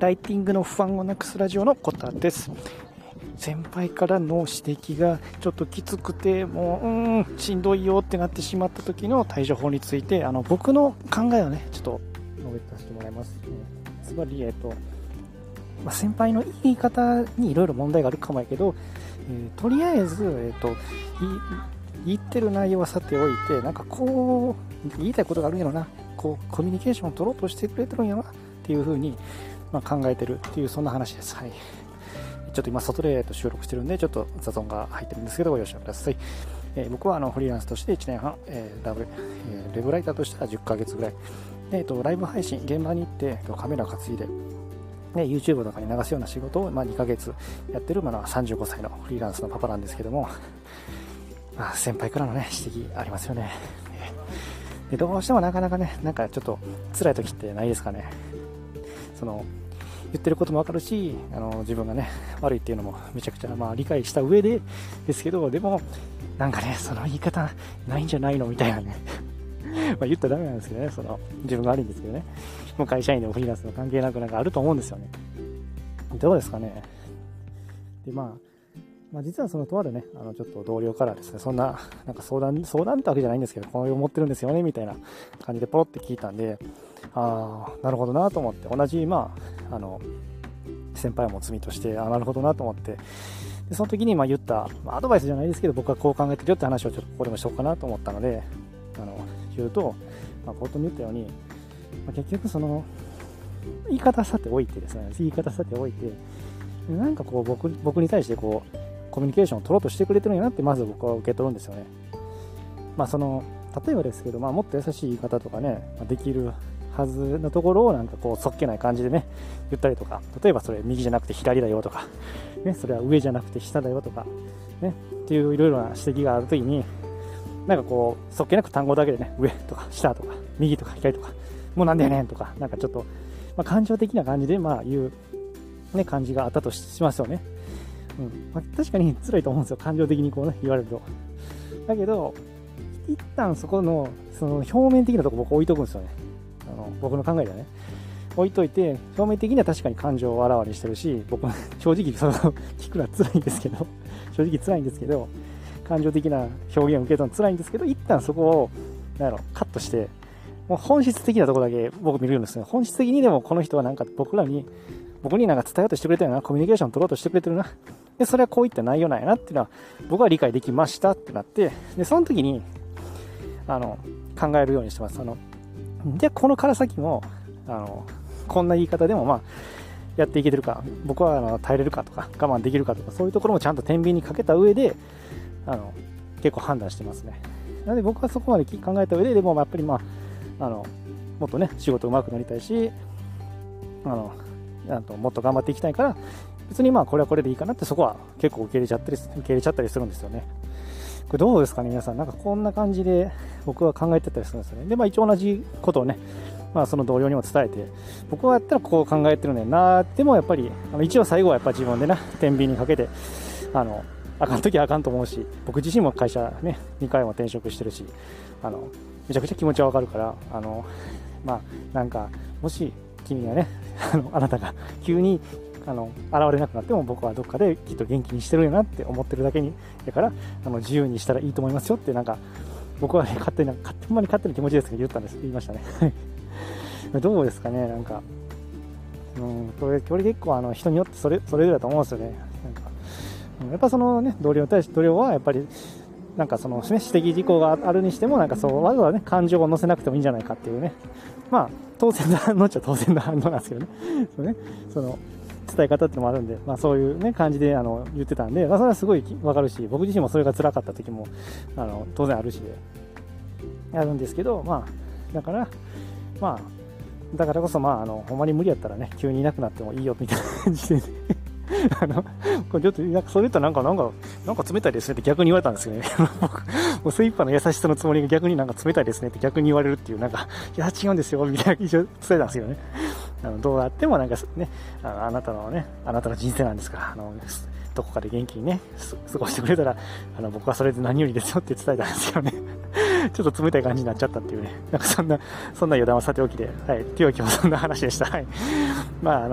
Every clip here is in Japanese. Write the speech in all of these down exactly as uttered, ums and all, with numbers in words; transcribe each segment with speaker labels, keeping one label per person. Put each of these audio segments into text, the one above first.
Speaker 1: ライティングの不安をなくすラジオのコタです。先輩からの指摘がちょっときつくてもううーんしんどいよってなってしまった時の対処法について、あの僕の考えをねちょっと述べさせてもらいます。つまり、えっとまあ、先輩の言い方にいろいろ問題があるかもやけど、えー、とりあえず、えっと言ってる内容はさておいて、なんかこう言いたいことがあるんやろな、こうコミュニケーションを取ろうとしてくれてるんやなっていう風に、まあ、考えてるっていう、そんな話です。はい。ちょっと今外で収録してるんでちょっと雑音が入ってるんですけどご了承ください。えー、僕はあのフリーランスとしていちねんはん、えー、ラブえー、レブライターとしてはじゅっかげつぐらいで、えー、とライブ配信現場に行ってカメラ担いで、ね、YouTube とかに流すような仕事を、まあ、にかげつやってる、まあ、さんじゅうごさいのフリーランスのパパなんですけども、まあ、先輩からのね指摘ありますよね。でどうしてもなかなかね、なんかちょっと辛い時ってないですかね。その言ってることもわかるし、あの自分がね悪いっていうのもめちゃくちゃ、まあ、理解した上でですけど、でもなんかねその言い方ないんじゃないのみたいなねまあ言ったらダメなんですけどね、その自分が悪いんですけどね、もう会社員でもフリーランスの関係なくなんかあると思うんですよね。どうですかね。でまあまあ、実はそのとあるね、あのちょっと同僚からですね、そんななんか相談相談ってわけじゃないんですけど、こう思ってるんですよねみたいな感じでポロって聞いたんで、ああなるほどなと思って、同じまああの先輩も罪として、あなるほどなと思って、でその時にまあ言った、まあ、アドバイスじゃないですけど、僕はこう考えてるよって話をちょっとここでもしようかなと思ったので、あの言うと、まあ、冒頭に言ったように、まあ、結局その言い方さておいてですね、言い方さておいて、なんかこう僕僕に対してこうコミュニケーションを取ろうとしてくれてるんやなってまず僕は受け取るんですよね。まあその例えばですけど、まあ、もっと優しい言い方とかねできるはずのところをなんかこうそっけない感じでね言ったりとか、例えばそれ右じゃなくて左だよとか、ね、それは上じゃなくて下だよとか、ね、っていういろいろな指摘があるときに、なんかこうそっけなく単語だけでね上とか下とか右とか左とかもうなんだよねんとか、なんかちょっと、まあ、感情的な感じでまあ言う、ね、感じがあったとしますよね。うんまあ、確かに辛いと思うんですよ、感情的にこうね言われると。だけど一旦そこのその表面的なところ僕置いとくんですよね。あの僕の考えではね置いといて、表面的には確かに感情をあらわにしてるし、僕正直その聞くのは辛いんですけど正直辛いんですけど感情的な表現を受け取るの辛いんですけど、一旦そこをなんやろカットして、もう本質的なところだけ僕見るんですね。本質的にでもこの人はなんか僕らに僕になんか伝えようとしてくれてるな、コミュニケーション取ろうとしてくれてるな、でそれはこういった内容なんやなっていうのは僕は理解できましたってなって、でその時にあの考えるようにしてます。あのでこのから先もあのこんな言い方でもまあやっていけてるか、僕はあの耐えれるかとか我慢できるかとか、そういうところもちゃんと天秤にかけた上であの結構判断してますね。なので僕はそこまで考えた上で、でもやっぱりまああのもっとね仕事上手くなりたいし、あのあともっと頑張っていきたいから、別にまあこれはこれでいいかなって、そこは結構受け入れちゃったり受け入れちゃったりするんですよね。これどうですかね皆さん、なんかこんな感じで僕は考えてたりするんですよね。でまあ一応同じことをね、まあその同僚にも伝えて、僕はやったらこう考えてるねんな、でもやっぱりあの一応最後はやっぱ自分でな天秤にかけて、あのあかんときはあかんと思うし、僕自身も会社ねにかいも転職してるし、あのめちゃくちゃ気持ちはわかるから、あのまあなんかもし君がねあのあなたが急にあの現れなくなっても、僕はどっかできっと元気にしてるよなって思ってるだけにだから、あの自由にしたらいいと思いますよって、なんか僕はね勝手に勝手に勝手な気持ちですけど言ったんです言いましたねどうですかね、なんか、うん、これこれ結構あの人によってそれそれぞれだと思うんですよね。なんかやっぱそのね同僚に対して同僚はやっぱりなんかその、ね、指摘事項があるにしても、なんかそうわざわざね感情を乗せなくてもいいんじゃないかっていうね、まあ当然の反応っちゃ当然の反応なんですけどねそうね、その伝え方ってのもあるんで、まあ、そういう、ね、感じであの言ってたんで、まあ、それはすごい分かるし、僕自身もそれが辛かった時もあの当然あるしでやるんですけど、まあだからまあだからこそまああのほんまに無理やったらね急にいなくなってもいいよみたいな感じであのこれちょっとなんかそれ言ったらなんかなんかなんか冷たいですねって逆に言われたんですよね僕もうスイッパーの優しさのつもりが逆になんか冷たいですねって逆に言われるっていう、なんかいや違うんですよみたいな一応伝えたんですよね。あのどうやってもなんかね、あのあなたのねあなたの人生なんですから、あのどこかで元気にね過ごしてくれたら、あの僕はそれで何よりですよって伝えたんですよねちょっと冷たい感じになっちゃったっていうね、なんかそんなそんな余談はさておきで、はい、今日は今日そんな話でした。はい、まああの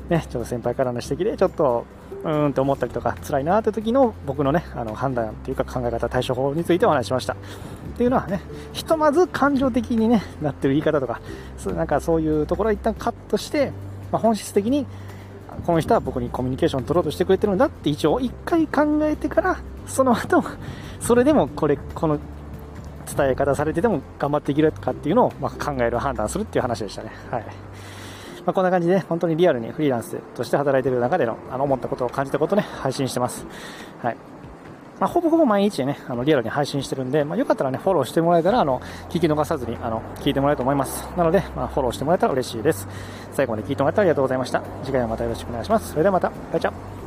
Speaker 1: ね、ちょっと先輩からの指摘でちょっとうーんって思ったりとか辛いなって時の僕のねあの判断っていうか考え方、対処法についてお話ししました。っていうのはね、ひとまず感情的に、ね、なってる言い方とか、そうなんかそういうところは一旦カットして、まあ、本質的にこの人は僕にコミュニケーションを取ろうとしてくれてるんだって一応一回考えてから、その後それでもこれこの伝え方されてても頑張っていけるかっていうのを、まあ、考える、判断するっていう話でしたね。はい。まあ、こんな感じで、ね、本当にリアルにフリーランスとして働いている中でのあの思ったことを感じたことをね配信してます。はい。まあ、ほぼほぼ毎日ねあのリアルに配信してるんで、まあ、よかったらねフォローしてもらえたらあの聞き逃さずにあの聞いてもらえると思います。なので、まあ、フォローしてもらえたら嬉しいです。最後まで聞いてもらってありがとうございました。次回はまたよろしくお願いします。それではまた。バイチャ。